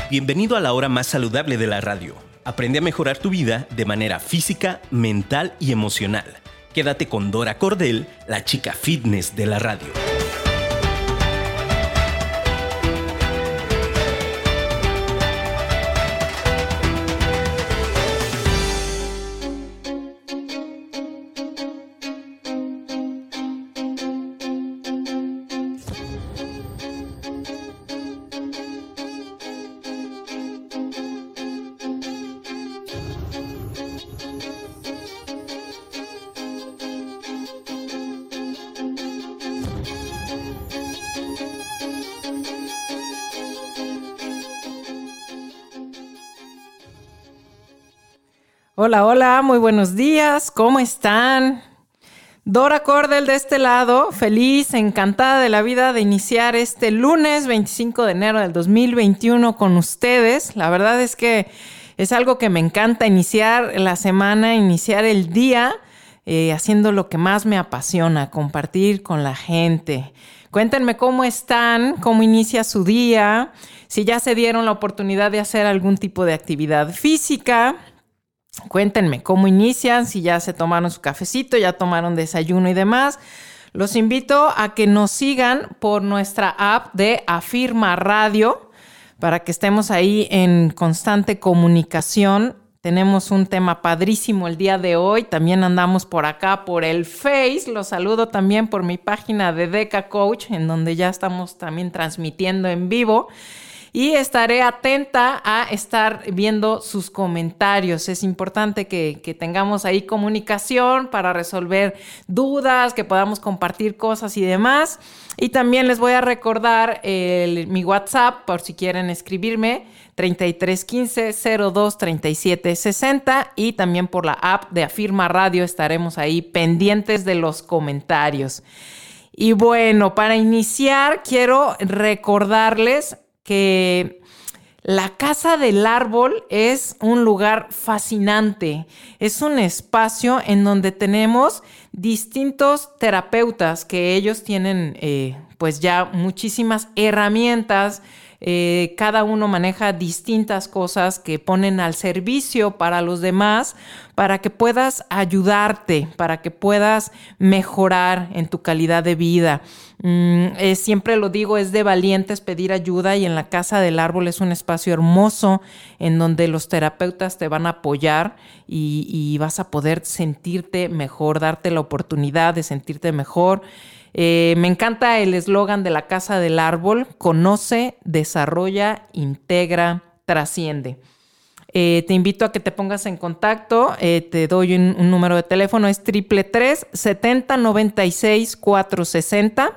Bienvenido a la hora más saludable de la radio. Aprende a mejorar tu vida de manera física, mental y emocional. Quédate con Dora Cordel, la chica fitness de la radio. Hola, hola, muy buenos días, ¿cómo están? Dora Cordel de este lado, feliz, encantada de la vida de iniciar este lunes 25 de enero del 2021 con ustedes. La verdad es que es algo que me encanta, iniciar la semana, iniciar el día, haciendo lo que más me apasiona, compartir con la gente. Cuéntenme cómo están, cómo inicia su día, si ya se dieron la oportunidad de hacer algún tipo de actividad física. Cuéntenme cómo inician, si ya se tomaron su cafecito, ya tomaron desayuno y demás. Los invito a que nos sigan por nuestra app de Afirma Radio para que estemos ahí en constante comunicación. Tenemos un tema padrísimo el día de hoy. También andamos por acá por el Face. Los saludo también por mi página de Deca Coach, en donde ya estamos también transmitiendo en vivo. Y estaré atenta a estar viendo sus comentarios. Es importante que tengamos ahí comunicación para resolver dudas, que podamos compartir cosas y demás. Y también les voy a recordar mi WhatsApp por si quieren escribirme, 3315-023760. Y también por la app de Afirma Radio estaremos ahí pendientes de los comentarios. Y bueno, para iniciar quiero recordarles que la Casa del Árbol es un lugar fascinante. Es un espacio en donde tenemos distintos terapeutas que ellos tienen pues ya muchísimas herramientas. Cada uno maneja distintas cosas que ponen al servicio para los demás, para que puedas ayudarte, para que puedas mejorar en tu calidad de vida. Siempre lo digo, es de valientes pedir ayuda, y en la Casa del Árbol es un espacio hermoso en donde los terapeutas te van a apoyar y vas a poder sentirte mejor, darte la oportunidad de sentirte mejor. Me encanta el eslogan de la Casa del Árbol: conoce, desarrolla, integra, trasciende. Te invito a que te pongas en contacto. Te doy un número de teléfono, es 333-7096-460.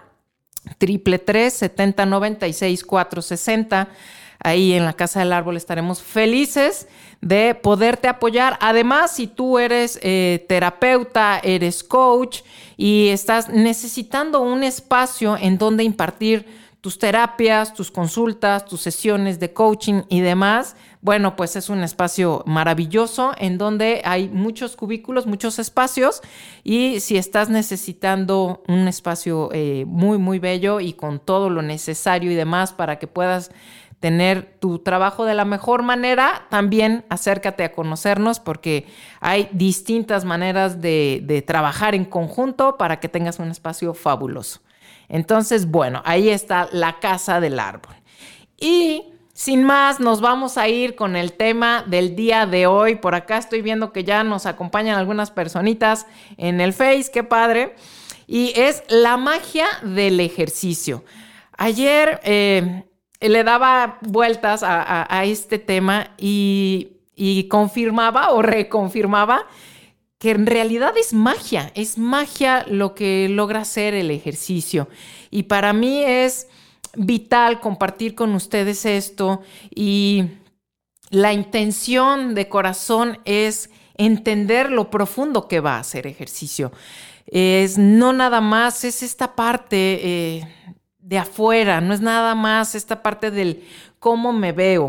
333-7096-460. Ahí en la Casa del Árbol estaremos felices de poderte apoyar. Además, si tú eres terapeuta, eres coach y estás necesitando un espacio en donde impartir tus terapias, tus consultas, tus sesiones de coaching y demás, bueno, pues es un espacio maravilloso en donde hay muchos cubículos, muchos espacios, y si estás necesitando un espacio muy, muy bello y con todo lo necesario y demás para que puedas tener tu trabajo de la mejor manera, también acércate a conocernos, porque hay distintas maneras de trabajar en conjunto para que tengas un espacio fabuloso. Entonces, bueno, ahí está la Casa del Árbol. Y sin más, nos vamos a ir con el tema del día de hoy. Por acá estoy viendo que ya nos acompañan algunas personitas en el Face, qué padre. Y es la magia del ejercicio. Ayer le daba vueltas a este tema y confirmaba o reconfirmaba que en realidad es magia lo que logra hacer el ejercicio. Y para mí es vital compartir con ustedes esto, y la intención de corazón es entender lo profundo que va a hacer ejercicio. No nada más es esta parte de afuera, no es nada más esta parte del cómo me veo.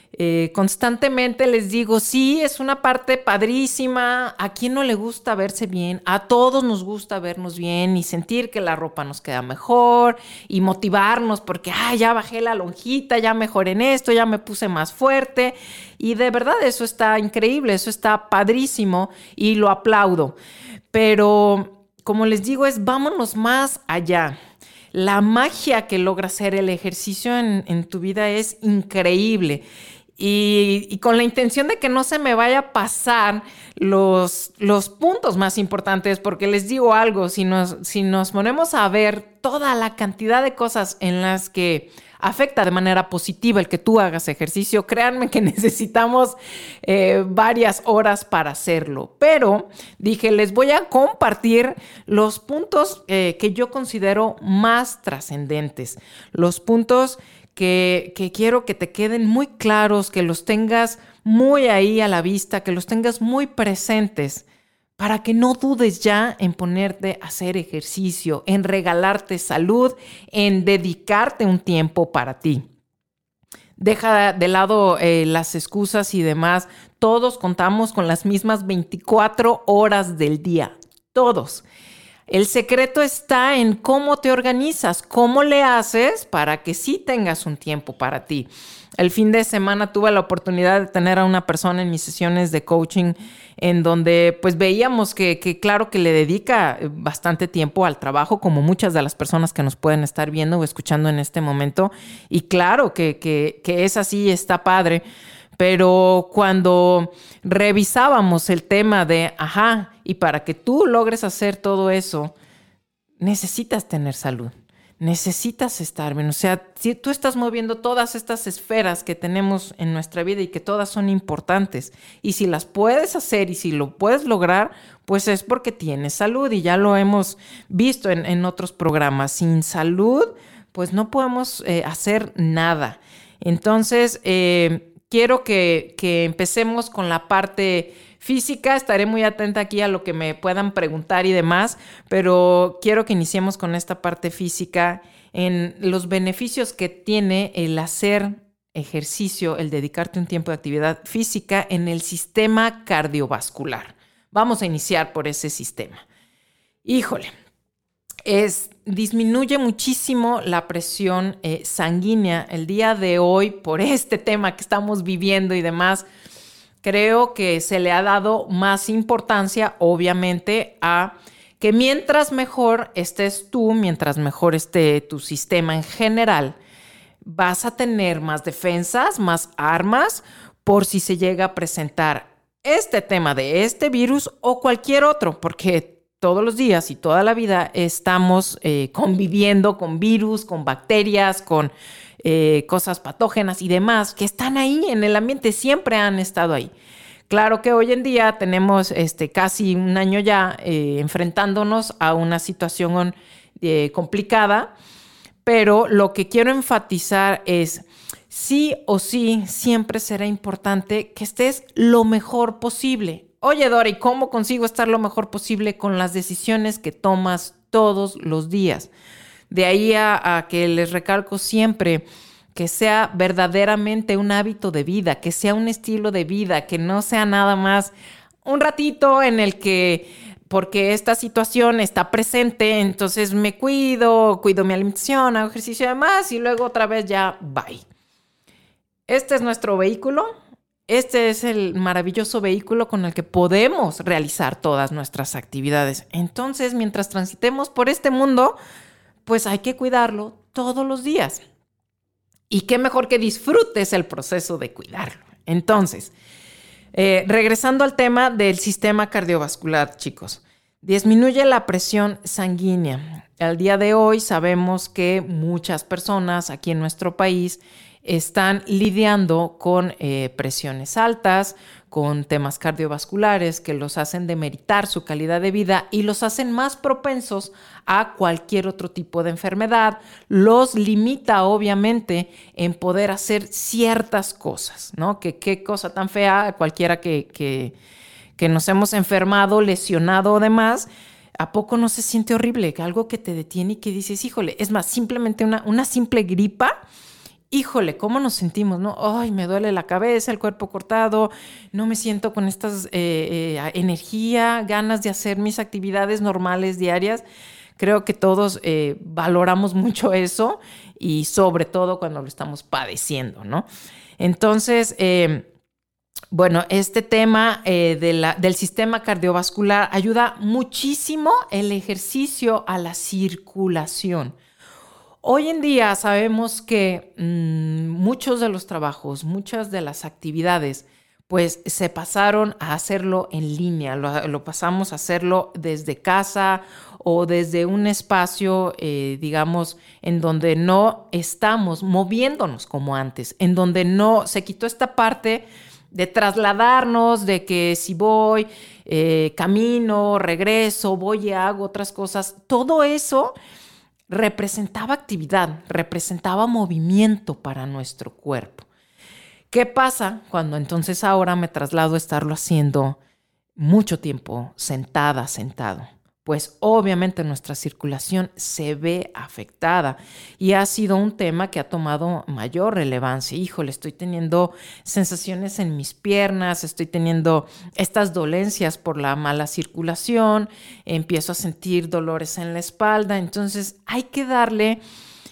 Constantemente les digo, sí, es una parte padrísima. ¿A quién no le gusta verse bien? A todos nos gusta vernos bien y sentir que la ropa nos queda mejor y motivarnos porque, ya bajé la lonjita, ya mejoré en esto, ya me puse más fuerte. Y de verdad eso está increíble, eso está padrísimo y lo aplaudo. Pero como les digo, vámonos más allá. La magia que logra hacer el ejercicio en tu vida es increíble. Y con la intención de que no se me vaya a pasar los puntos más importantes, porque les digo algo, si nos ponemos a ver toda la cantidad de cosas en las que afecta de manera positiva el que tú hagas ejercicio, créanme que necesitamos varias horas para hacerlo. Pero dije, les voy a compartir los puntos que yo considero más trascendentes, los puntos que quiero que te queden muy claros, que los tengas muy ahí a la vista, que los tengas muy presentes, para que no dudes ya en ponerte a hacer ejercicio, en regalarte salud, en dedicarte un tiempo para ti. Deja de lado las excusas y demás. Todos contamos con las mismas 24 horas del día. Todos. El secreto está en cómo te organizas, cómo le haces para que sí tengas un tiempo para ti. El fin de semana tuve la oportunidad de tener a una persona en mis sesiones de coaching en donde pues veíamos que claro que le dedica bastante tiempo al trabajo, como muchas de las personas que nos pueden estar viendo o escuchando en este momento. Y claro que es así, está padre. Pero cuando revisábamos el tema de, y para que tú logres hacer todo eso, necesitas tener salud, necesitas estar bien. O sea, si tú estás moviendo todas estas esferas que tenemos en nuestra vida y que todas son importantes, y si las puedes hacer y si lo puedes lograr, pues es porque tienes salud, y ya lo hemos visto en otros programas. Sin salud, pues no podemos hacer nada. Entonces, quiero que empecemos con la parte física. Estaré muy atenta aquí a lo que me puedan preguntar y demás, pero quiero que iniciemos con esta parte física, en los beneficios que tiene el hacer ejercicio, el dedicarte un tiempo de actividad física en el sistema cardiovascular. Vamos a iniciar por ese sistema. Híjole, disminuye muchísimo la presión sanguínea. El día de hoy, por este tema que estamos viviendo y demás, creo que se le ha dado más importancia, obviamente, a que mientras mejor estés tú, mientras mejor esté tu sistema en general, vas a tener más defensas, más armas, por si se llega a presentar este tema de este virus o cualquier otro, porque todos los días y toda la vida estamos conviviendo con virus, con bacterias, con cosas patógenas y demás que están ahí en el ambiente, siempre han estado ahí. Claro que hoy en día tenemos casi un año ya enfrentándonos a una situación complicada, pero lo que quiero enfatizar es sí o sí, siempre será importante que estés lo mejor posible. Oye, Dora, ¿y cómo consigo estar lo mejor posible? Con las decisiones que tomas todos los días. De ahí a que les recalco siempre que sea verdaderamente un hábito de vida, que sea un estilo de vida, que no sea nada más un ratito en el que, porque esta situación está presente, entonces me cuido mi alimentación, hago ejercicio y demás, y luego otra vez ya, bye. Este es nuestro vehículo. Este es el maravilloso vehículo con el que podemos realizar todas nuestras actividades. Entonces, mientras transitemos por este mundo, pues hay que cuidarlo todos los días. Y qué mejor que disfrutes el proceso de cuidarlo. Entonces, regresando al tema del sistema cardiovascular, chicos, disminuye la presión sanguínea. Al día de hoy sabemos que muchas personas aquí en nuestro país están lidiando con presiones altas, con temas cardiovasculares que los hacen demeritar su calidad de vida y los hacen más propensos a cualquier otro tipo de enfermedad. Los limita, obviamente, en poder hacer ciertas cosas, ¿no? Que qué cosa tan fea, cualquiera que nos hemos enfermado, lesionado o demás, ¿a poco no se siente horrible? Algo que te detiene y que dices, híjole, es más, simplemente una simple gripa híjole, ¿cómo nos sentimos, no? Ay, me duele la cabeza, el cuerpo cortado, no me siento con estas energía, ganas de hacer mis actividades normales diarias. Creo que todos valoramos mucho eso y sobre todo cuando lo estamos padeciendo, ¿no? Entonces, bueno, este tema del sistema cardiovascular ayuda muchísimo el ejercicio a la circulación. Hoy en día sabemos que muchos de los trabajos, muchas de las actividades, pues se pasaron a hacerlo en línea, lo pasamos a hacerlo desde casa o desde un espacio, digamos, en donde no estamos moviéndonos como antes, en donde no se quitó esta parte de trasladarnos, de que si voy, camino, regreso, voy y hago otras cosas, todo eso representaba actividad, representaba movimiento para nuestro cuerpo. ¿Qué pasa cuando entonces ahora me traslado a estarlo haciendo mucho tiempo sentada, sentado? Pues obviamente nuestra circulación se ve afectada y ha sido un tema que ha tomado mayor relevancia. Híjole, estoy teniendo sensaciones en mis piernas, estoy teniendo estas dolencias por la mala circulación, empiezo a sentir dolores en la espalda. Entonces hay que darle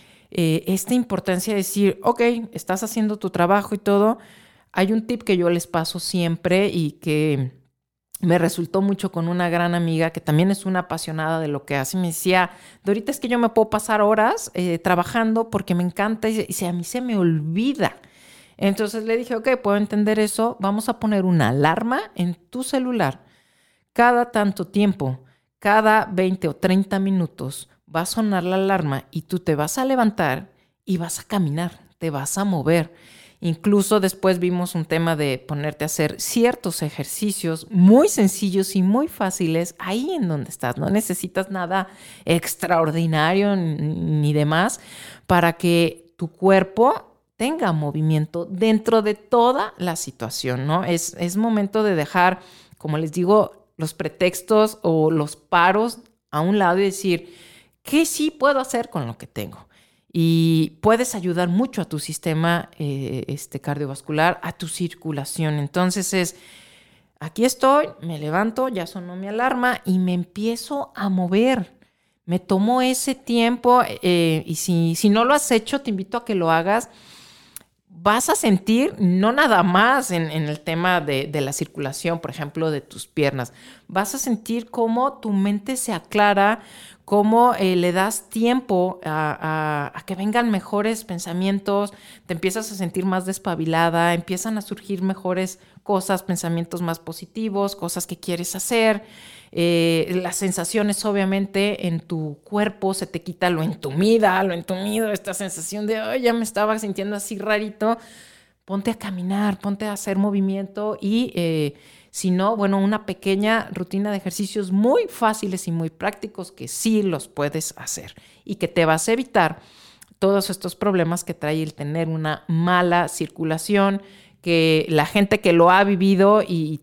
esta importancia de decir, ok, estás haciendo tu trabajo y todo. Hay un tip que yo les paso siempre y que me resultó mucho con una gran amiga que también es una apasionada de lo que hace. Me decía, Dorita, es que yo me puedo pasar horas trabajando porque me encanta y a mí se me olvida. Entonces le dije, ok, puedo entender eso. Vamos a poner una alarma en tu celular. Cada tanto tiempo, cada 20 o 30 minutos, va a sonar la alarma y tú te vas a levantar y vas a caminar, te vas a mover. Incluso después vimos un tema de ponerte a hacer ciertos ejercicios muy sencillos y muy fáciles ahí en donde estás. No necesitas nada extraordinario ni demás para que tu cuerpo tenga movimiento dentro de toda la situación, ¿no? Es momento de dejar, como les digo, los pretextos o los paros a un lado y decir, ¿qué sí puedo hacer con lo que tengo? Y puedes ayudar mucho a tu sistema cardiovascular, a tu circulación. Entonces aquí estoy, me levanto, ya sonó mi alarma y me empiezo a mover. Me tomo ese tiempo y si no lo has hecho, te invito a que lo hagas. Vas a sentir, no nada más en el tema de la circulación, por ejemplo, de tus piernas, vas a sentir cómo tu mente se aclara, cómo le das tiempo a que vengan mejores pensamientos, te empiezas a sentir más despabilada, empiezan a surgir mejores cosas, pensamientos más positivos, cosas que quieres hacer. Las sensaciones obviamente en tu cuerpo, se te quita lo entumido, esta sensación de, ay, ya me estaba sintiendo así rarito. Ponte a caminar, ponte a hacer movimiento y si no, bueno, una pequeña rutina de ejercicios muy fáciles y muy prácticos que sí los puedes hacer y que te vas a evitar todos estos problemas que trae el tener una mala circulación, que la gente que lo ha vivido y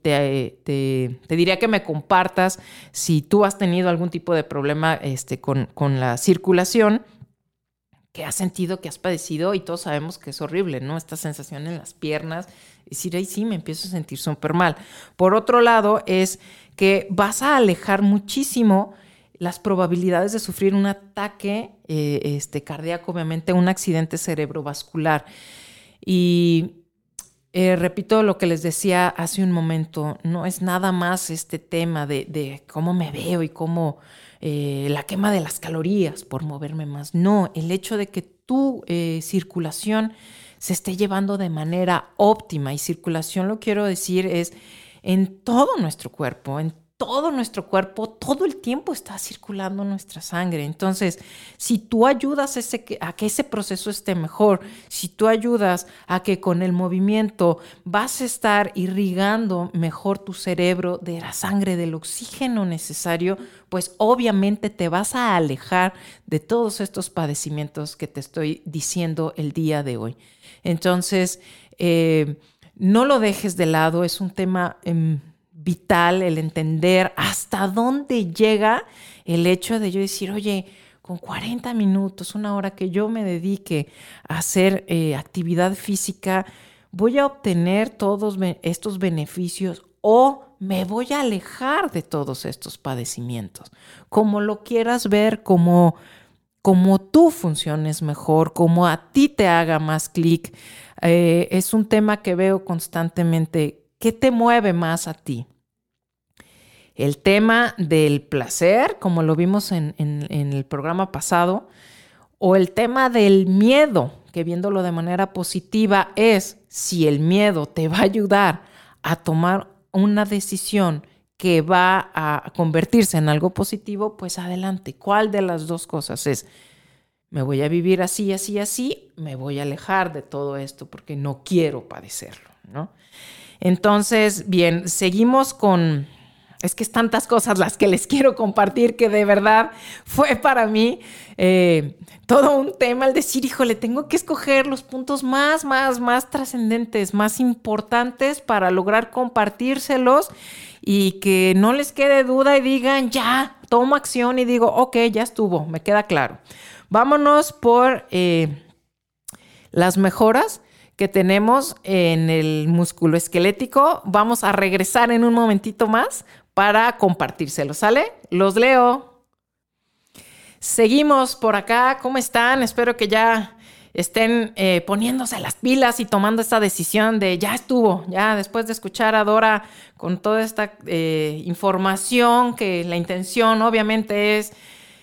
te diría que me compartas si tú has tenido algún tipo de problema con la circulación, que has sentido, que has padecido, y todos sabemos que es horrible, ¿no? Esta sensación en las piernas, decir, ay, sí, me empiezo a sentir súper mal. Por otro lado, es que vas a alejar muchísimo las probabilidades de sufrir un ataque cardíaco, obviamente un accidente cerebrovascular. Y repito lo que les decía hace un momento, no es nada más este tema de cómo me veo y cómo la quema de las calorías por moverme más. No, el hecho de que tu circulación se esté llevando de manera óptima, y circulación lo quiero decir es en todo nuestro cuerpo, todo el tiempo está circulando nuestra sangre. Entonces, si tú ayudas a que ese proceso esté mejor, si tú ayudas a que con el movimiento vas a estar irrigando mejor tu cerebro de la sangre, del oxígeno necesario, pues obviamente te vas a alejar de todos estos padecimientos que te estoy diciendo el día de hoy. Entonces, no lo dejes de lado, es un tema vital el entender hasta dónde llega el hecho de yo decir, oye, con 40 minutos, una hora que yo me dedique a hacer actividad física, voy a obtener todos estos beneficios o me voy a alejar de todos estos padecimientos. Como lo quieras ver, como tú funciones mejor, como a ti te haga más clic. Es un tema que veo constantemente. ¿Qué te mueve más a ti? El tema del placer, como lo vimos en el programa pasado, o el tema del miedo, que viéndolo de manera positiva es si el miedo te va a ayudar a tomar una decisión que va a convertirse en algo positivo, pues adelante. ¿Cuál de las dos cosas es? Me voy a vivir así, así, así, me voy a alejar de todo esto porque no quiero padecerlo, ¿no? Entonces, bien, seguimos con... Es que es tantas cosas las que les quiero compartir que de verdad fue para mí todo un tema el decir, híjole, tengo que escoger los puntos más trascendentes, más importantes para lograr compartírselos y que no les quede duda y digan, ya, tomo acción y digo, ok, ya estuvo, me queda claro. Vámonos por las mejoras que tenemos en el músculo esquelético. Vamos a regresar en un momentito más para compartírselo, ¿sale? Los leo. Seguimos por acá. ¿Cómo están? Espero que ya estén poniéndose las pilas y tomando esta decisión de ya estuvo, ya después de escuchar a Dora con toda esta información, que la intención obviamente es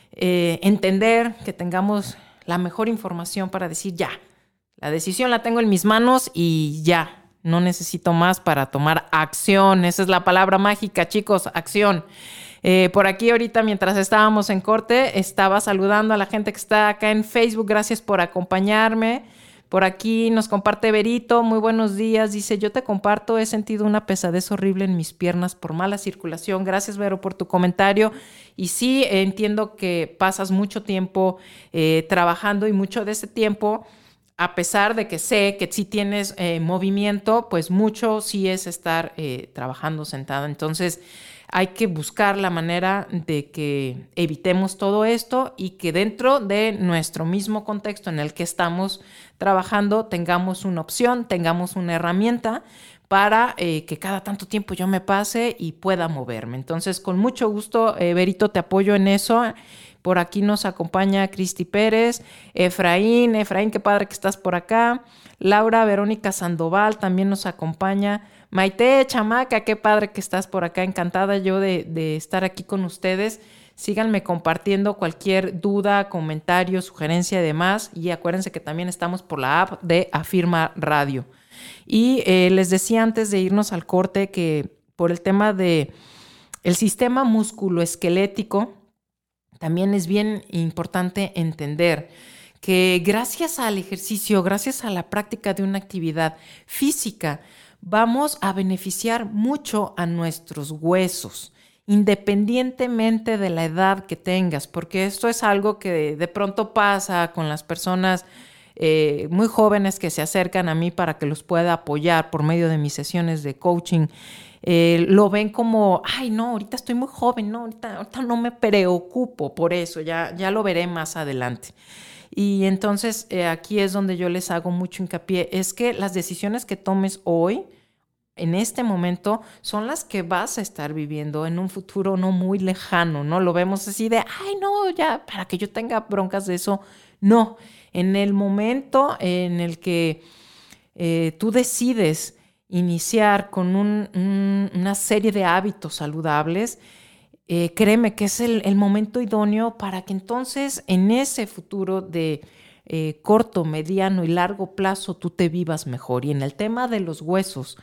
entender que tengamos la mejor información para decir ya, la decisión la tengo en mis manos y ya. No necesito más para tomar acción. Esa es la palabra mágica, chicos, acción. Por aquí ahorita, mientras estábamos en corte, estaba saludando a la gente que está acá en Facebook. Gracias por acompañarme. Por aquí nos comparte Berito. Muy buenos días. Dice, yo te comparto, he sentido una pesadez horrible en mis piernas por mala circulación. Gracias, Vero, por tu comentario. Y sí, entiendo que pasas mucho tiempo trabajando y mucho de ese tiempo... A pesar de que sé que sí tienes movimiento, pues mucho sí es estar trabajando sentada. Entonces hay que buscar la manera de que evitemos todo esto y que dentro de nuestro mismo contexto en el que estamos trabajando tengamos una opción, tengamos una herramienta para que cada tanto tiempo yo me pase y pueda moverme. Entonces, con mucho gusto, Berito, te apoyo en eso. Por aquí nos acompaña Cristi Pérez, Efraín, qué padre que estás por acá. Laura Verónica Sandoval también nos acompaña. Maite, chamaca, qué padre que estás por acá. Encantada yo de estar aquí con ustedes. Síganme compartiendo cualquier duda, comentario, sugerencia y demás. Y acuérdense que también estamos por la app de Afirma Radio. Y les decía antes de irnos al corte que por el tema de el sistema musculoesquelético, también es bien importante entender que gracias al ejercicio, gracias a la práctica de una actividad física, vamos a beneficiar mucho a nuestros huesos, independientemente de la edad que tengas, porque esto es algo que de pronto pasa con las personas muy jóvenes que se acercan a mí para que los pueda apoyar por medio de mis sesiones de coaching. Lo ven como, ay, no, ahorita estoy muy joven, no, ahorita no me preocupo por eso, ya lo veré más adelante. Y entonces aquí es donde yo les hago mucho hincapié, es que las decisiones que tomes hoy, en este momento, son las que vas a estar viviendo en un futuro no muy lejano, ¿no? Lo vemos así de, ay, no, ya, para que yo tenga broncas de eso. No, en el momento en el que tú decides iniciar con una serie de hábitos saludables, créeme que es el momento idóneo para que entonces en ese futuro de corto, mediano y largo plazo tú te vivas mejor. Y en el tema de los huesos,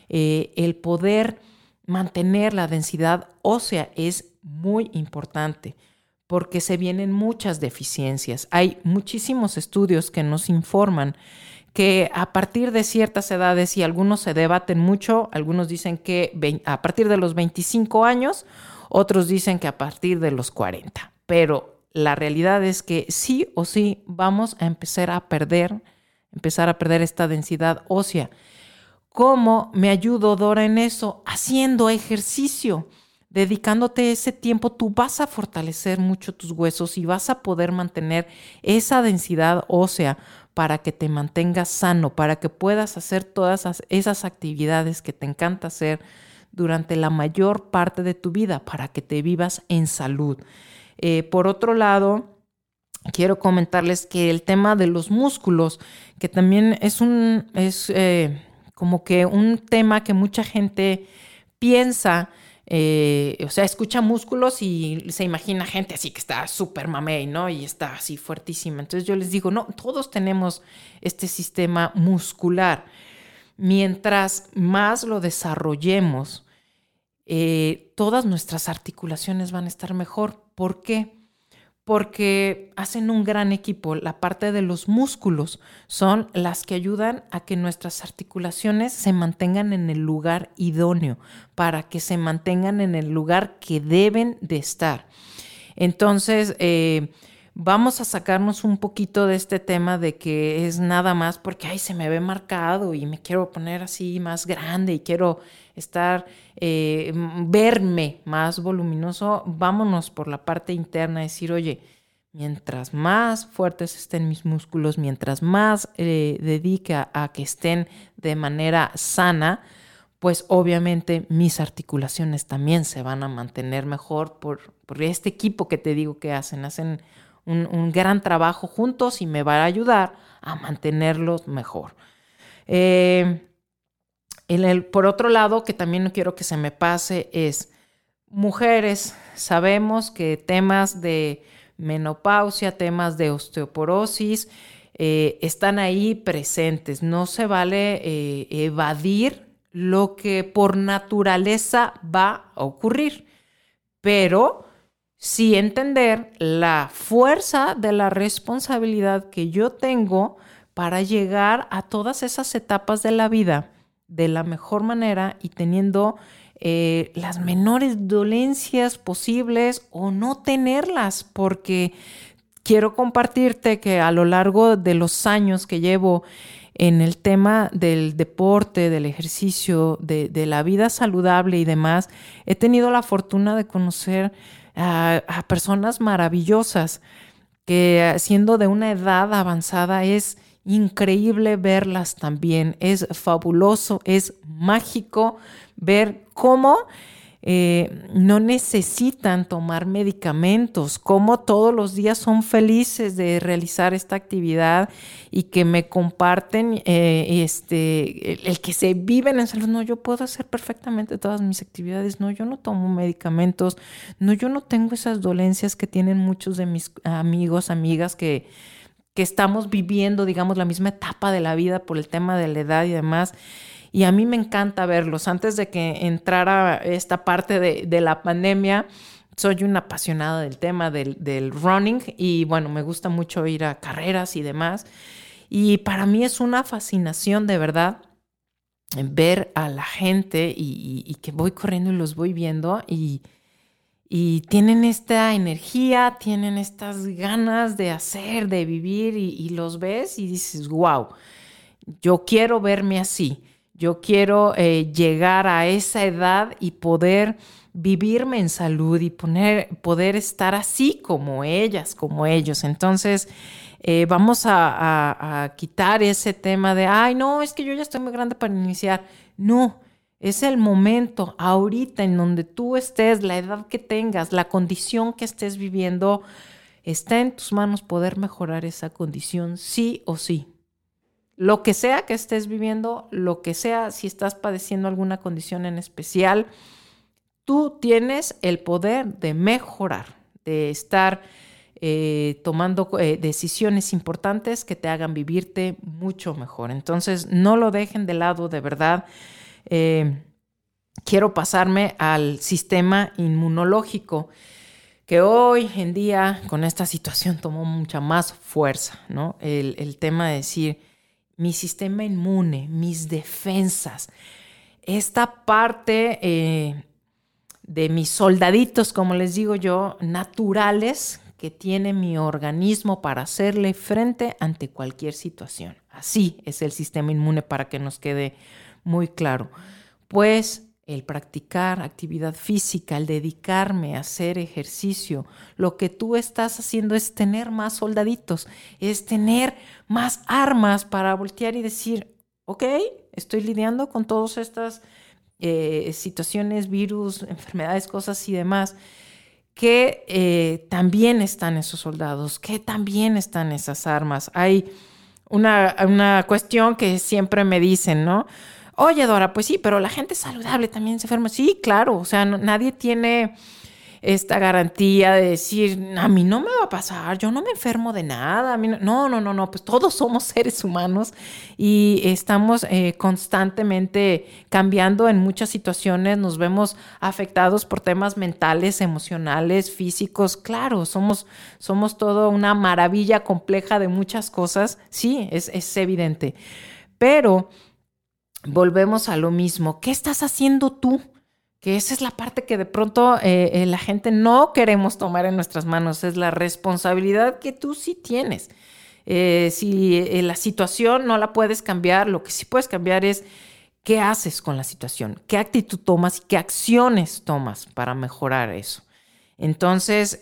el poder mantener la densidad ósea es muy importante porque se vienen muchas deficiencias. Hay muchísimos estudios que nos informan que a partir de ciertas edades, y algunos se debaten mucho, algunos dicen que a partir de los 25 años, otros dicen que a partir de los 40. Pero la realidad es que sí o sí vamos a empezar a perder esta densidad ósea. ¿Cómo me ayudo, Dora, en eso? Haciendo ejercicio. dedicándote ese tiempo, tú vas a fortalecer mucho tus huesos y vas a poder mantener esa densidad ósea para que te mantengas sano, para que puedas hacer todas esas actividades que te encanta hacer durante la mayor parte de tu vida, para que te vivas en salud. Por otro lado, quiero comentarles que el tema de los músculos, que también es como que un tema que mucha gente piensa, escucha músculos y se imagina gente así que está súper mamey, ¿no? Y está así fuertísima. Entonces yo les digo, no, todos tenemos este sistema muscular. Mientras más lo desarrollemos, todas nuestras articulaciones van a estar mejor. ¿Por qué? Porque hacen un gran equipo. La parte de los músculos son las que ayudan a que nuestras articulaciones se mantengan en el lugar idóneo, para que se mantengan en el lugar que deben de estar. Entonces, vamos a sacarnos un poquito de este tema de que es nada más porque, ay, se me ve marcado y me quiero poner así más grande y quiero verme más voluminoso. Vámonos por la parte interna, decir, oye, mientras más fuertes estén mis músculos, mientras más dedique a que estén de manera sana, pues obviamente mis articulaciones también se van a mantener mejor por este equipo que te digo que hacen un gran trabajo juntos y me va a ayudar a mantenerlos mejor. Por otro lado, que también no quiero que se me pase, es mujeres. Sabemos que temas de menopausia, temas de osteoporosis están ahí presentes. No se vale evadir lo que por naturaleza va a ocurrir, pero sí entender la fuerza de la responsabilidad que yo tengo para llegar a todas esas etapas de la vida de la mejor manera y teniendo las menores dolencias posibles o no tenerlas, porque quiero compartirte que a lo largo de los años que llevo en el tema del deporte, del ejercicio, de la vida saludable y demás, he tenido la fortuna de conocer a personas maravillosas que siendo de una edad avanzada es increíble verlas también. Es fabuloso, es mágico ver cómo no necesitan tomar medicamentos, cómo todos los días son felices de realizar esta actividad y que me comparten el que se viven en salud. No, yo puedo hacer perfectamente todas mis actividades. No, yo no tomo medicamentos. No, yo no tengo esas dolencias que tienen muchos de mis amigos, amigas que estamos viviendo, digamos, la misma etapa de la vida por el tema de la edad y demás. Y a mí me encanta verlos. Antes de que entrara esta parte de la pandemia, soy una apasionada del tema del running y bueno, me gusta mucho ir a carreras y demás. Y para mí es una fascinación de verdad ver a la gente y que voy corriendo y los voy viendo y tienen esta energía, tienen estas ganas de hacer, de vivir y los ves y dices, wow, yo quiero verme así. Yo quiero llegar a esa edad y poder vivirme en salud y poder estar así como ellas, como ellos. Entonces, vamos a quitar ese tema de, ay, no, es que yo ya estoy muy grande para iniciar. No, es el momento ahorita en donde tú estés, la edad que tengas, la condición que estés viviendo, está en tus manos poder mejorar esa condición sí o sí. Lo que sea que estés viviendo, lo que sea, si estás padeciendo alguna condición en especial, tú tienes el poder de mejorar, de estar tomando decisiones importantes que te hagan vivirte mucho mejor. Entonces, no lo dejen de lado, de verdad. Quiero pasarme al sistema inmunológico, que hoy en día con esta situación tomó mucha más fuerza, ¿no? El tema de decir, mi sistema inmune, mis defensas, esta parte de mis soldaditos, como les digo yo, naturales que tiene mi organismo para hacerle frente ante cualquier situación. Así es el sistema inmune, para que nos quede muy claro. Pues el practicar actividad física, el dedicarme a hacer ejercicio, lo que tú estás haciendo es tener más soldaditos, es tener más armas para voltear y decir, ok, estoy lidiando con todas estas situaciones, virus, enfermedades, cosas y demás, que también están esos soldados, que también están esas armas. Hay una cuestión que siempre me dicen, ¿no? Oye, Dora, pues sí, pero la gente saludable también se enferma. Sí, claro, o sea, nadie tiene esta garantía de decir, a mí no me va a pasar, yo no me enfermo de nada. A mí no, pues todos somos seres humanos y estamos constantemente cambiando en muchas situaciones, nos vemos afectados por temas mentales, emocionales, físicos. Claro, somos todo una maravilla compleja de muchas cosas, sí, es evidente, pero volvemos a lo mismo. ¿Qué estás haciendo tú? Que esa es la parte que de pronto la gente no queremos tomar en nuestras manos. Es la responsabilidad que tú sí tienes. Si la situación no la puedes cambiar, lo que sí puedes cambiar es qué haces con la situación, qué actitud tomas y qué acciones tomas para mejorar eso. Entonces,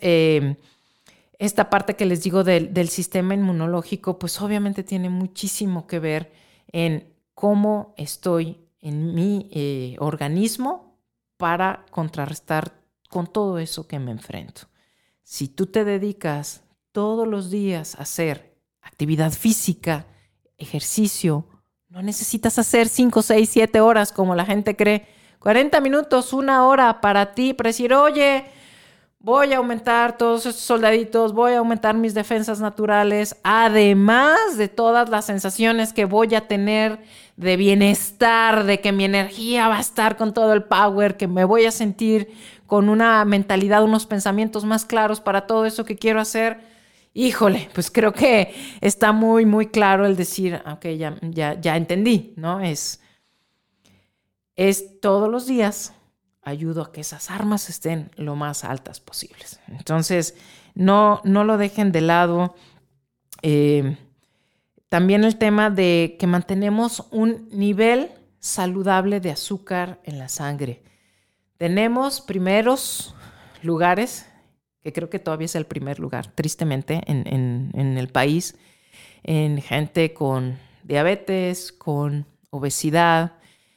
esta parte que les digo del sistema inmunológico, pues obviamente tiene muchísimo que ver en cómo estoy en mi organismo para contrarrestar con todo eso que me enfrento. Si tú te dedicas todos los días a hacer actividad física, ejercicio, no necesitas hacer 5, 6, 7 horas como la gente cree. 40 minutos, 1 hora para ti, para decir, oye, voy a aumentar todos estos soldaditos, voy a aumentar mis defensas naturales, además de todas las sensaciones que voy a tener de bienestar, de que mi energía va a estar con todo el power, que me voy a sentir con una mentalidad, unos pensamientos más claros para todo eso que quiero hacer. Híjole, pues creo que está muy, muy claro el decir, ok, ya entendí, ¿no? Es todos los días ayudo a que esas armas estén lo más altas posibles. Entonces, no lo dejen de lado. También el tema de que mantenemos un nivel saludable de azúcar en la sangre. Tenemos primeros lugares, que creo que todavía es el primer lugar, tristemente, en el país, en gente con diabetes, con obesidad.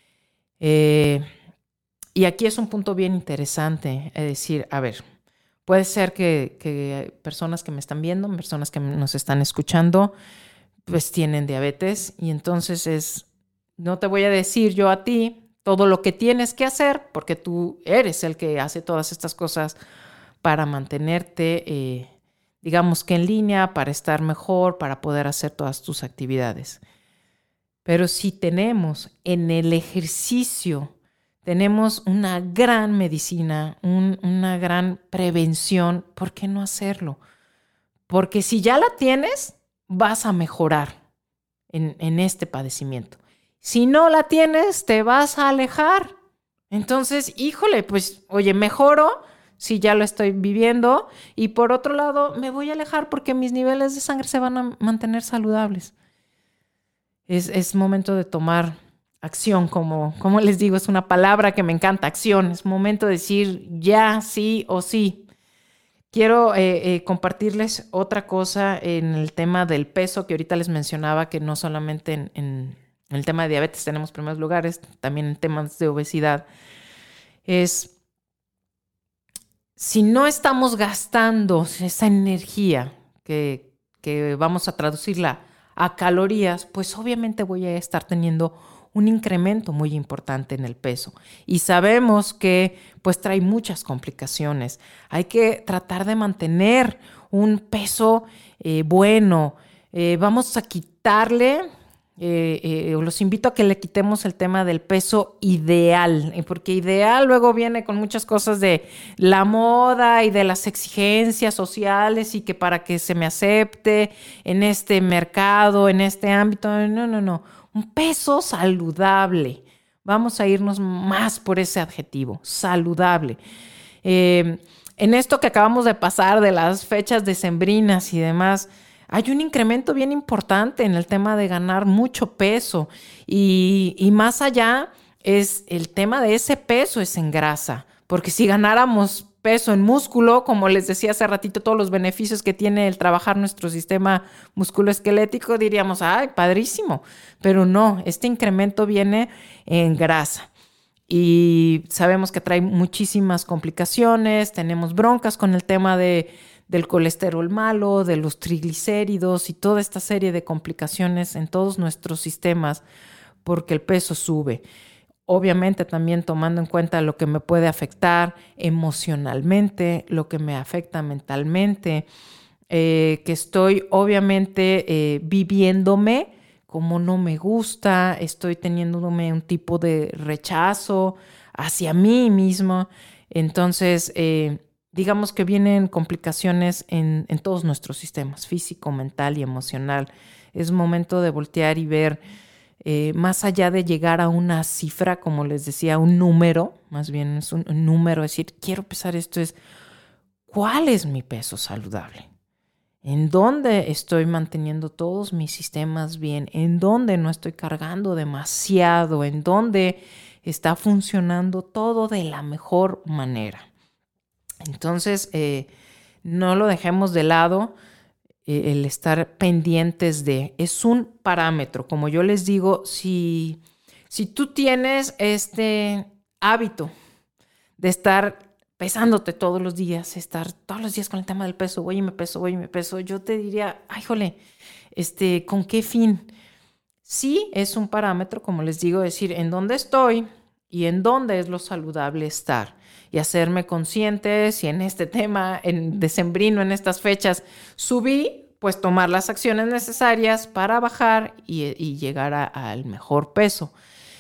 Y aquí es un punto bien interesante, es decir, a ver, puede ser que personas que me están viendo, personas que nos están escuchando, pues tienen diabetes y entonces no te voy a decir yo a ti todo lo que tienes que hacer porque tú eres el que hace todas estas cosas para mantenerte, digamos que en línea, para estar mejor, para poder hacer todas tus actividades. Pero si tenemos en el ejercicio, tenemos una gran medicina, una gran prevención, ¿por qué no hacerlo? Porque si ya la tienes, vas a mejorar en este padecimiento. Si no la tienes, te vas a alejar. Entonces, híjole, pues, oye, mejoro si ya lo estoy viviendo y por otro lado, me voy a alejar porque mis niveles de sangre se van a mantener saludables. Es momento de tomar acción, como les digo, es una palabra que me encanta, acción. Es momento de decir ya, sí o sí. Quiero compartirles otra cosa en el tema del peso, que ahorita les mencionaba que no solamente en el tema de diabetes tenemos primeros lugares, también en temas de obesidad. Si no estamos gastando esa energía que vamos a traducirla a calorías, pues obviamente voy a estar teniendo un incremento muy importante en el peso. Y sabemos que pues trae muchas complicaciones. Hay que tratar de mantener un peso bueno. Vamos a quitarle, los invito a que le quitemos el tema del peso ideal, porque ideal luego viene con muchas cosas de la moda y de las exigencias sociales y que para que se me acepte en este mercado, en este ámbito, no. Un peso saludable. Vamos a irnos más por ese adjetivo, saludable. En esto que acabamos de pasar de las fechas decembrinas y demás, hay un incremento bien importante en el tema de ganar mucho peso y más allá es el tema de ese peso es en grasa, porque si ganáramos peso en músculo, como les decía hace ratito, todos los beneficios que tiene el trabajar nuestro sistema musculoesquelético, diríamos, ¡ay, padrísimo! Pero no, este incremento viene en grasa. Y sabemos que trae muchísimas complicaciones, tenemos broncas con el tema del colesterol malo, de los triglicéridos y toda esta serie de complicaciones en todos nuestros sistemas porque el peso sube. Obviamente también tomando en cuenta lo que me puede afectar emocionalmente, lo que me afecta mentalmente, que estoy obviamente viviéndome como no me gusta, estoy teniéndome un tipo de rechazo hacia mí mismo. Entonces, digamos que vienen complicaciones en todos nuestros sistemas, físico, mental y emocional. Es momento de voltear y ver más allá de llegar a una cifra, como les decía, un número, más bien es un número, es decir, quiero pesar esto, es ¿cuál es mi peso saludable? ¿En dónde estoy manteniendo todos mis sistemas bien? ¿En dónde no estoy cargando demasiado? ¿En dónde está funcionando todo de la mejor manera? Entonces, no lo dejemos de lado. El estar pendientes es un parámetro. Como yo les digo, si tú tienes este hábito de estar pesándote todos los días, estar todos los días con el tema del peso, voy y me peso, yo te diría, ay, jole, ¿con qué fin? Sí, es un parámetro, como les digo, decir en dónde estoy y en dónde es lo saludable estar. Y hacerme consciente si en este tema, en decembrino, en estas fechas, subí, pues tomar las acciones necesarias para bajar y llegar al mejor peso.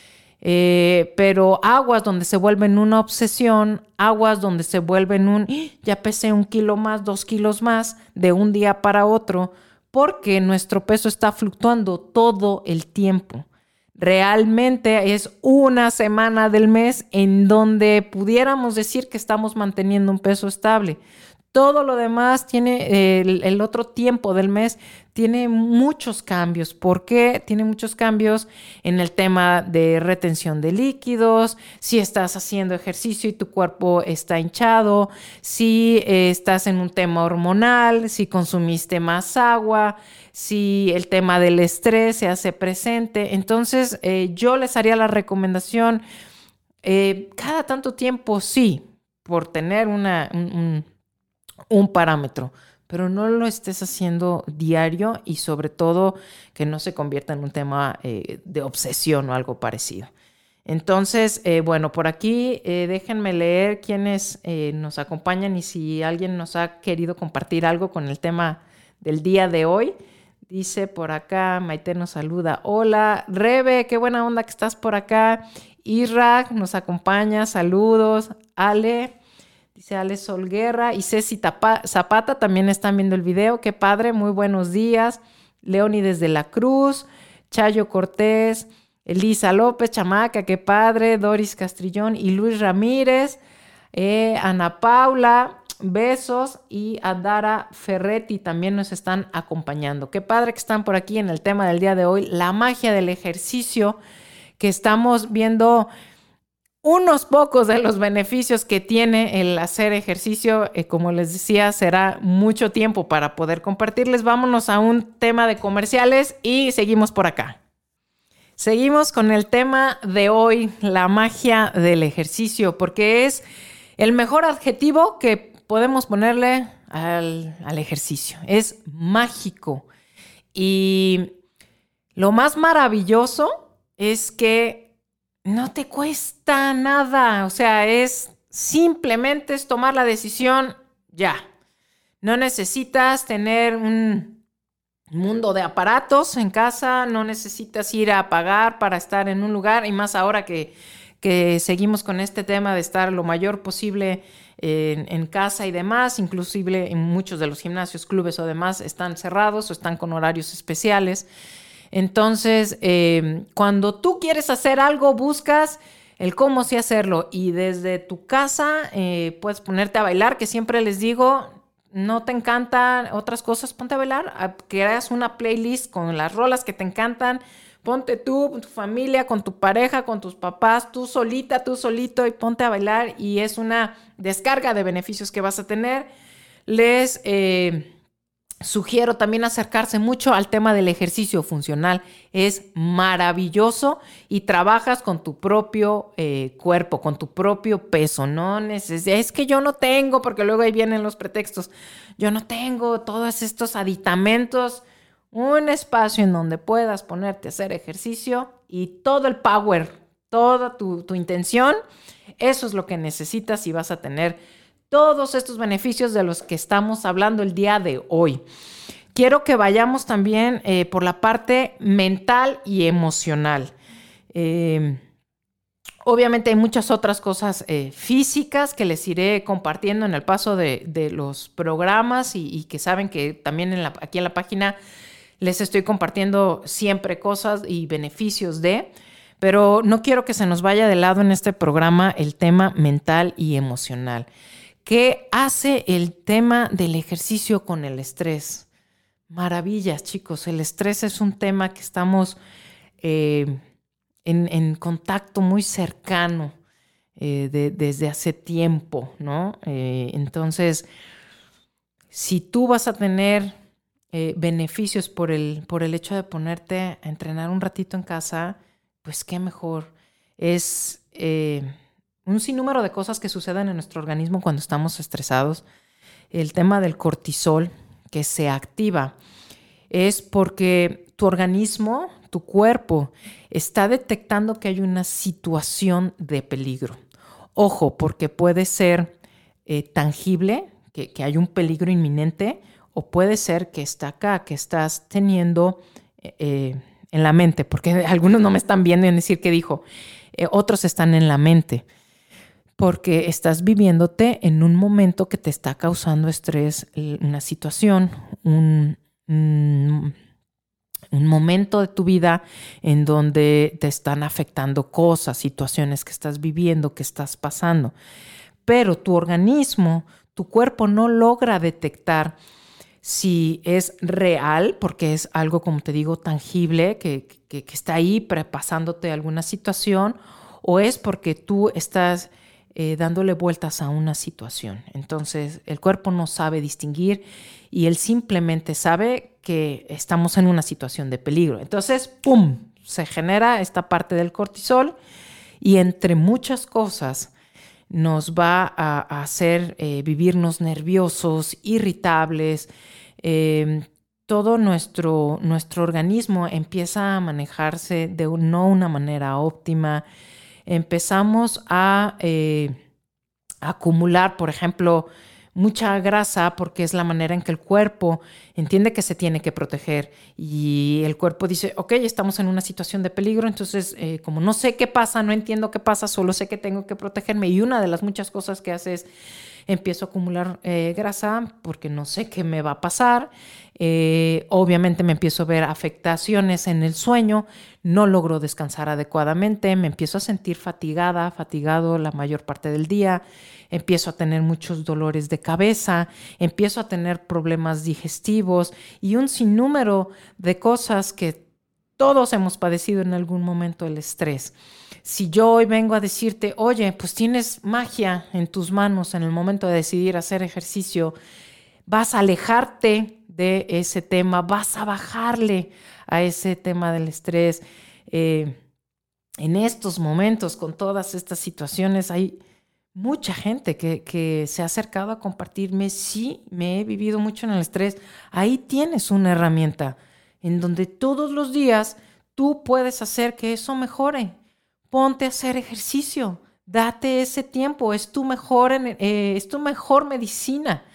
Pero aguas donde se vuelven una obsesión, aguas donde se vuelven ya pesé 1 kilo más, 2 kilos más de un día para otro, porque nuestro peso está fluctuando todo el tiempo. Realmente es una semana del mes en donde pudiéramos decir que estamos manteniendo un peso estable. Todo lo demás tiene, el otro tiempo del mes tiene muchos cambios. ¿Por qué? Tiene muchos cambios en el tema de retención de líquidos, si estás haciendo ejercicio y tu cuerpo está hinchado, si estás en un tema hormonal, si consumiste más agua, si el tema del estrés se hace presente. Entonces, yo les haría la recomendación, cada tanto tiempo sí, por tener un parámetro, pero no lo estés haciendo diario y sobre todo que no se convierta en un tema de obsesión o algo parecido. Entonces, bueno, por aquí déjenme leer quiénes nos acompañan y si alguien nos ha querido compartir algo con el tema del día de hoy. Dice por acá, Maite nos saluda. Hola, Rebe, qué buena onda que estás por acá. Irak nos acompaña, saludos. Ale, dice Ale Solguerra y Ceci Zapata también están viendo el video. Qué padre, muy buenos días. Leoni desde la Cruz, Chayo Cortés, Elisa López, chamaca, qué padre. Doris Castrillón y Luis Ramírez, Ana Paula, besos, y Adara Ferretti también nos están acompañando. Qué padre que están por aquí en el tema del día de hoy, la magia del ejercicio, que estamos viendo unos pocos de los beneficios que tiene el hacer ejercicio. Como les decía, será mucho tiempo para poder compartirles. Vámonos a un tema de comerciales y seguimos por acá. Seguimos con el tema de hoy, la magia del ejercicio, porque es el mejor adjetivo que podemos ponerle al ejercicio. Es mágico. Y lo más maravilloso es que no te cuesta nada. O sea, simplemente es tomar la decisión ya. No necesitas tener un mundo de aparatos en casa, no necesitas ir a pagar para estar en un lugar, y más ahora que seguimos con este tema de estar lo mayor posible en casa y demás. Inclusive en muchos de los gimnasios, clubes o demás están cerrados o están con horarios especiales. Entonces, cuando tú quieres hacer algo, buscas el cómo sí hacerlo, y desde tu casa puedes ponerte a bailar, que siempre les digo, no te encantan otras cosas, ponte a bailar, creas una playlist con las rolas que te encantan, Ponte tú, tu familia, con tu pareja, con tus papás, tú solita, tú solito, y ponte a bailar, y es una descarga de beneficios que vas a tener. Les sugiero también acercarse mucho al tema del ejercicio funcional. Es maravilloso y trabajas con tu propio cuerpo, con tu propio peso. No es que yo no tengo, porque luego ahí vienen los pretextos. Yo no tengo todos estos aditamentos. Un espacio en donde puedas ponerte a hacer ejercicio y todo el power, toda tu intención, eso es lo que necesitas y vas a tener todos estos beneficios de los que estamos hablando el día de hoy. Quiero que vayamos también por la parte mental y emocional. Obviamente hay muchas otras cosas físicas que les iré compartiendo en el paso de los programas y que saben que también aquí en la página les estoy compartiendo siempre cosas y beneficios pero no quiero que se nos vaya de lado en este programa el tema mental y emocional. ¿Qué hace el tema del ejercicio con el estrés? Maravillas, chicos. El estrés es un tema que estamos en contacto muy cercano desde hace tiempo, ¿no? Entonces, si tú vas a tener beneficios por el hecho de ponerte a entrenar un ratito en casa, pues qué mejor. Es un sinnúmero de cosas que suceden en nuestro organismo cuando estamos estresados. El tema del cortisol que se activa es porque tu organismo, tu cuerpo, está detectando que hay una situación de peligro. Ojo, porque puede ser tangible, que hay un peligro inminente, o puede ser que está acá, que estás teniendo en la mente, porque algunos no me están viendo en decir qué dijo, otros están en la mente, porque estás viviéndote en un momento que te está causando estrés, una situación, un momento de tu vida en donde te están afectando cosas, situaciones que estás viviendo, que estás pasando. Pero tu organismo, tu cuerpo no logra detectar si es real, porque es algo, como te digo, tangible, que está ahí pasándote alguna situación, o es porque tú estás dándole vueltas a una situación. Entonces, el cuerpo no sabe distinguir y él simplemente sabe que estamos en una situación de peligro. Entonces, ¡pum!, se genera esta parte del cortisol y entre muchas cosas nos va a hacer vivirnos nerviosos, irritables. Todo nuestro organismo empieza a manejarse de no una manera óptima. Empezamos a acumular, por ejemplo, mucha grasa porque es la manera en que el cuerpo entiende que se tiene que proteger y el cuerpo dice, ok, estamos en una situación de peligro, entonces como no sé qué pasa, no entiendo qué pasa, solo sé que tengo que protegerme y una de las muchas cosas que hace es empiezo a acumular grasa porque no sé qué me va a pasar. Obviamente me empiezo a ver afectaciones en el sueño, no logro descansar adecuadamente, me empiezo a sentir fatigado la mayor parte del día, empiezo a tener muchos dolores de cabeza, empiezo a tener problemas digestivos y un sinnúmero de cosas que todos hemos padecido en algún momento el estrés. Si yo hoy vengo a decirte, oye, pues tienes magia en tus manos en el momento de decidir hacer ejercicio, vas a alejarte de ese tema, vas a bajarle a ese tema del estrés. En estos momentos, con todas estas situaciones, hay mucha gente que se ha acercado a compartirme, sí, me he vivido mucho en el estrés. Ahí tienes una herramienta en donde todos los días tú puedes hacer que eso mejore. Ponte a hacer ejercicio, date ese tiempo, es tu mejor medicina.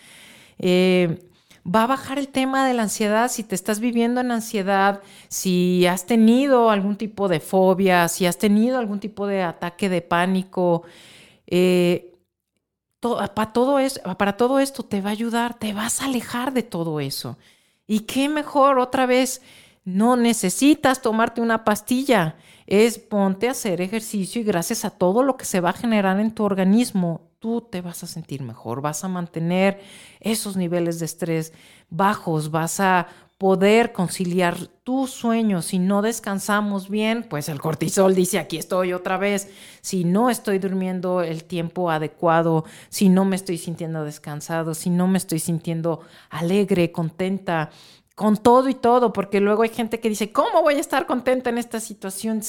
Va a bajar el tema de la ansiedad si te estás viviendo en ansiedad, si has tenido algún tipo de fobia, si has tenido algún tipo de ataque de pánico. Para todo esto te va a ayudar, te vas a alejar de todo eso. Y qué mejor, otra vez, no necesitas tomarte una pastilla, es ponte a hacer ejercicio y gracias a todo lo que se va a generar en tu organismo, tú te vas a sentir mejor, vas a mantener esos niveles de estrés bajos, vas a poder conciliar tu sueño. Si no descansamos bien, pues el cortisol dice, aquí estoy otra vez. Si no estoy durmiendo el tiempo adecuado, si no me estoy sintiendo descansado, si no me estoy sintiendo alegre, contenta, con todo y todo, porque luego hay gente que dice, ¿cómo voy a estar contenta en esta situación?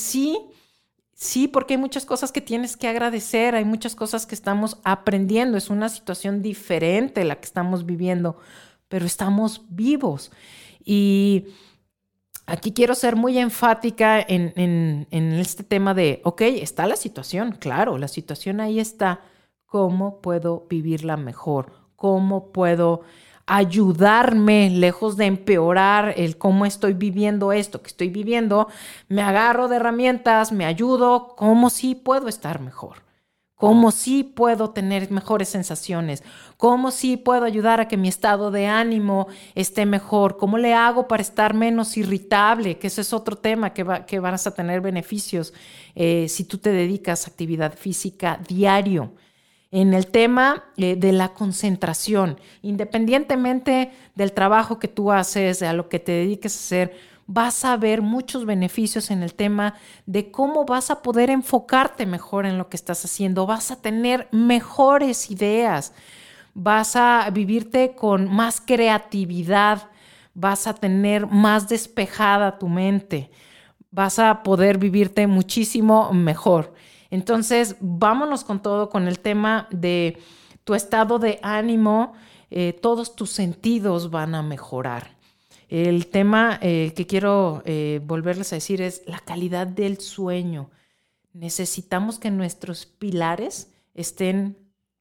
Sí, porque hay muchas cosas que tienes que agradecer, hay muchas cosas que estamos aprendiendo, es una situación diferente la que estamos viviendo, pero estamos vivos. Y aquí quiero ser muy enfática en este tema de, ok, está la situación, claro, la situación ahí está. ¿Cómo puedo vivirla mejor? ¿Cómo puedo ayudarme lejos de empeorar el cómo estoy viviendo esto que estoy viviendo? Me agarro de herramientas, me ayudo, ¿cómo sí puedo estar mejor? ¿Cómo sí puedo tener mejores sensaciones? ¿Cómo sí puedo ayudar a que mi estado de ánimo esté mejor? ¿Cómo le hago para estar menos irritable? Que ese es otro tema que vas a tener beneficios si tú te dedicas a actividad física diario. En el tema de la concentración, independientemente del trabajo que tú haces, a lo que te dediques a hacer, vas a ver muchos beneficios en el tema de cómo vas a poder enfocarte mejor en lo que estás haciendo, vas a tener mejores ideas, vas a vivirte con más creatividad, vas a tener más despejada tu mente, vas a poder vivirte muchísimo mejor. Entonces, vámonos con todo, con el tema de tu estado de ánimo, todos tus sentidos van a mejorar. El tema que quiero volverles a decir es la calidad del sueño. Necesitamos que nuestros pilares estén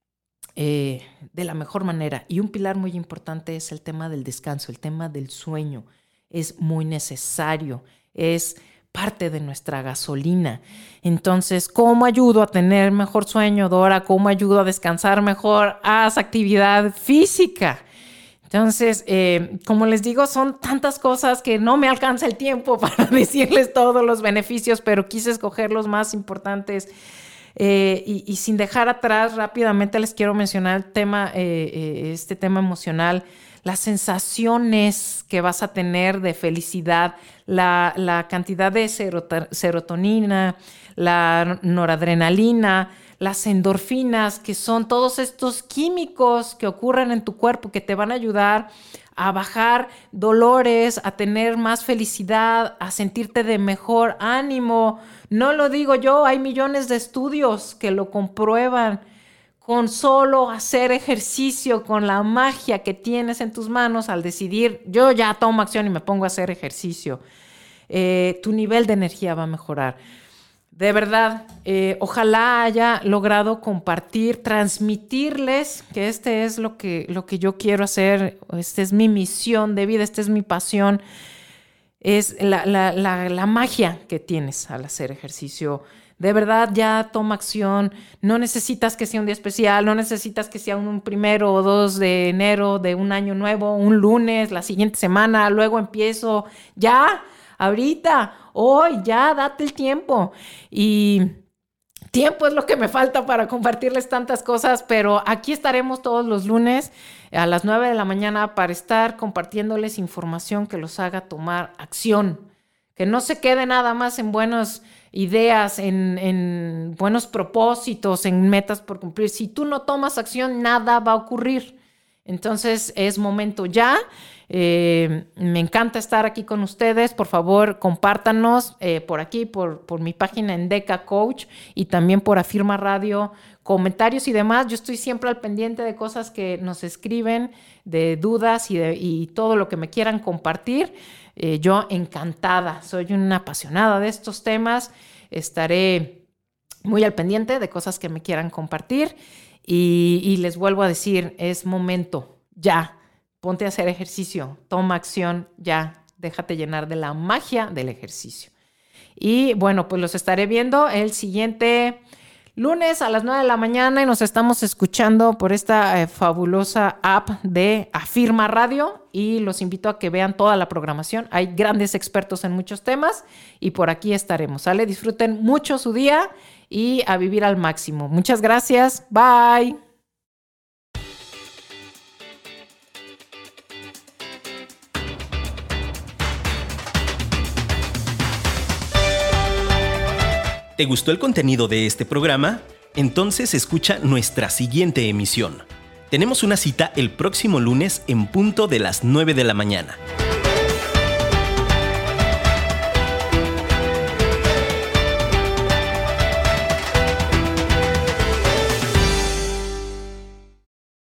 de la mejor manera. Y un pilar muy importante es el tema del descanso, el tema del sueño. Es muy necesario, es parte de nuestra gasolina. Entonces, ¿cómo ayudo a tener mejor sueño, Dora? ¿Cómo ayudo a descansar mejor? Haz actividad física. Entonces, como les digo, son tantas cosas que no me alcanza el tiempo para decirles todos los beneficios, pero quise escoger los más importantes. Y sin dejar atrás, rápidamente les quiero mencionar el tema, este tema emocional, las sensaciones que vas a tener de felicidad, la cantidad de serotonina, la noradrenalina, las endorfinas, que son todos estos químicos que ocurren en tu cuerpo que te van a ayudar a bajar dolores, a tener más felicidad, a sentirte de mejor ánimo. No lo digo yo, hay millones de estudios que lo comprueban. Con solo hacer ejercicio, con la magia que tienes en tus manos al decidir, yo ya tomo acción y me pongo a hacer ejercicio, tu nivel de energía va a mejorar. De verdad, ojalá haya logrado compartir, transmitirles que este es lo que yo quiero hacer, esta es mi misión de vida, esta es mi pasión, es la magia que tienes al hacer ejercicio. De verdad, ya toma acción, no necesitas que sea un día especial, no necesitas que sea un 1 o 2 de enero de un año nuevo, un lunes, la siguiente semana, luego empiezo, ya, ahorita, hoy, ya, date el tiempo. Y tiempo es lo que me falta para compartirles tantas cosas, pero aquí estaremos todos los lunes a las 9 de la mañana para estar compartiéndoles información que los haga tomar acción, que no se quede nada más en buenas ideas, en buenos propósitos, en metas por cumplir. Si tú no tomas acción, nada va a ocurrir. Entonces es momento ya. Me encanta estar aquí con ustedes. Por favor, compártanos por aquí, por mi página en Deca Coach y también por Afirma Radio, comentarios y demás. Yo estoy siempre al pendiente de cosas que nos escriben, de dudas y todo lo que me quieran compartir. Yo encantada, soy una apasionada de estos temas. Estaré muy al pendiente de cosas que me quieran compartir. Y les vuelvo a decir, es momento, ya, ponte a hacer ejercicio, toma acción, ya, déjate llenar de la magia del ejercicio. Y bueno, pues los estaré viendo el siguiente lunes a las 9 de la mañana y nos estamos escuchando por esta fabulosa app de Afirma Radio y los invito a que vean toda la programación. Hay grandes expertos en muchos temas y por aquí estaremos, ¿sale? Disfruten mucho su día y a vivir al máximo. Muchas gracias. Bye. ¿Te gustó el contenido de este programa? Entonces escucha nuestra siguiente emisión. Tenemos una cita el próximo lunes en punto de las 9 de la mañana.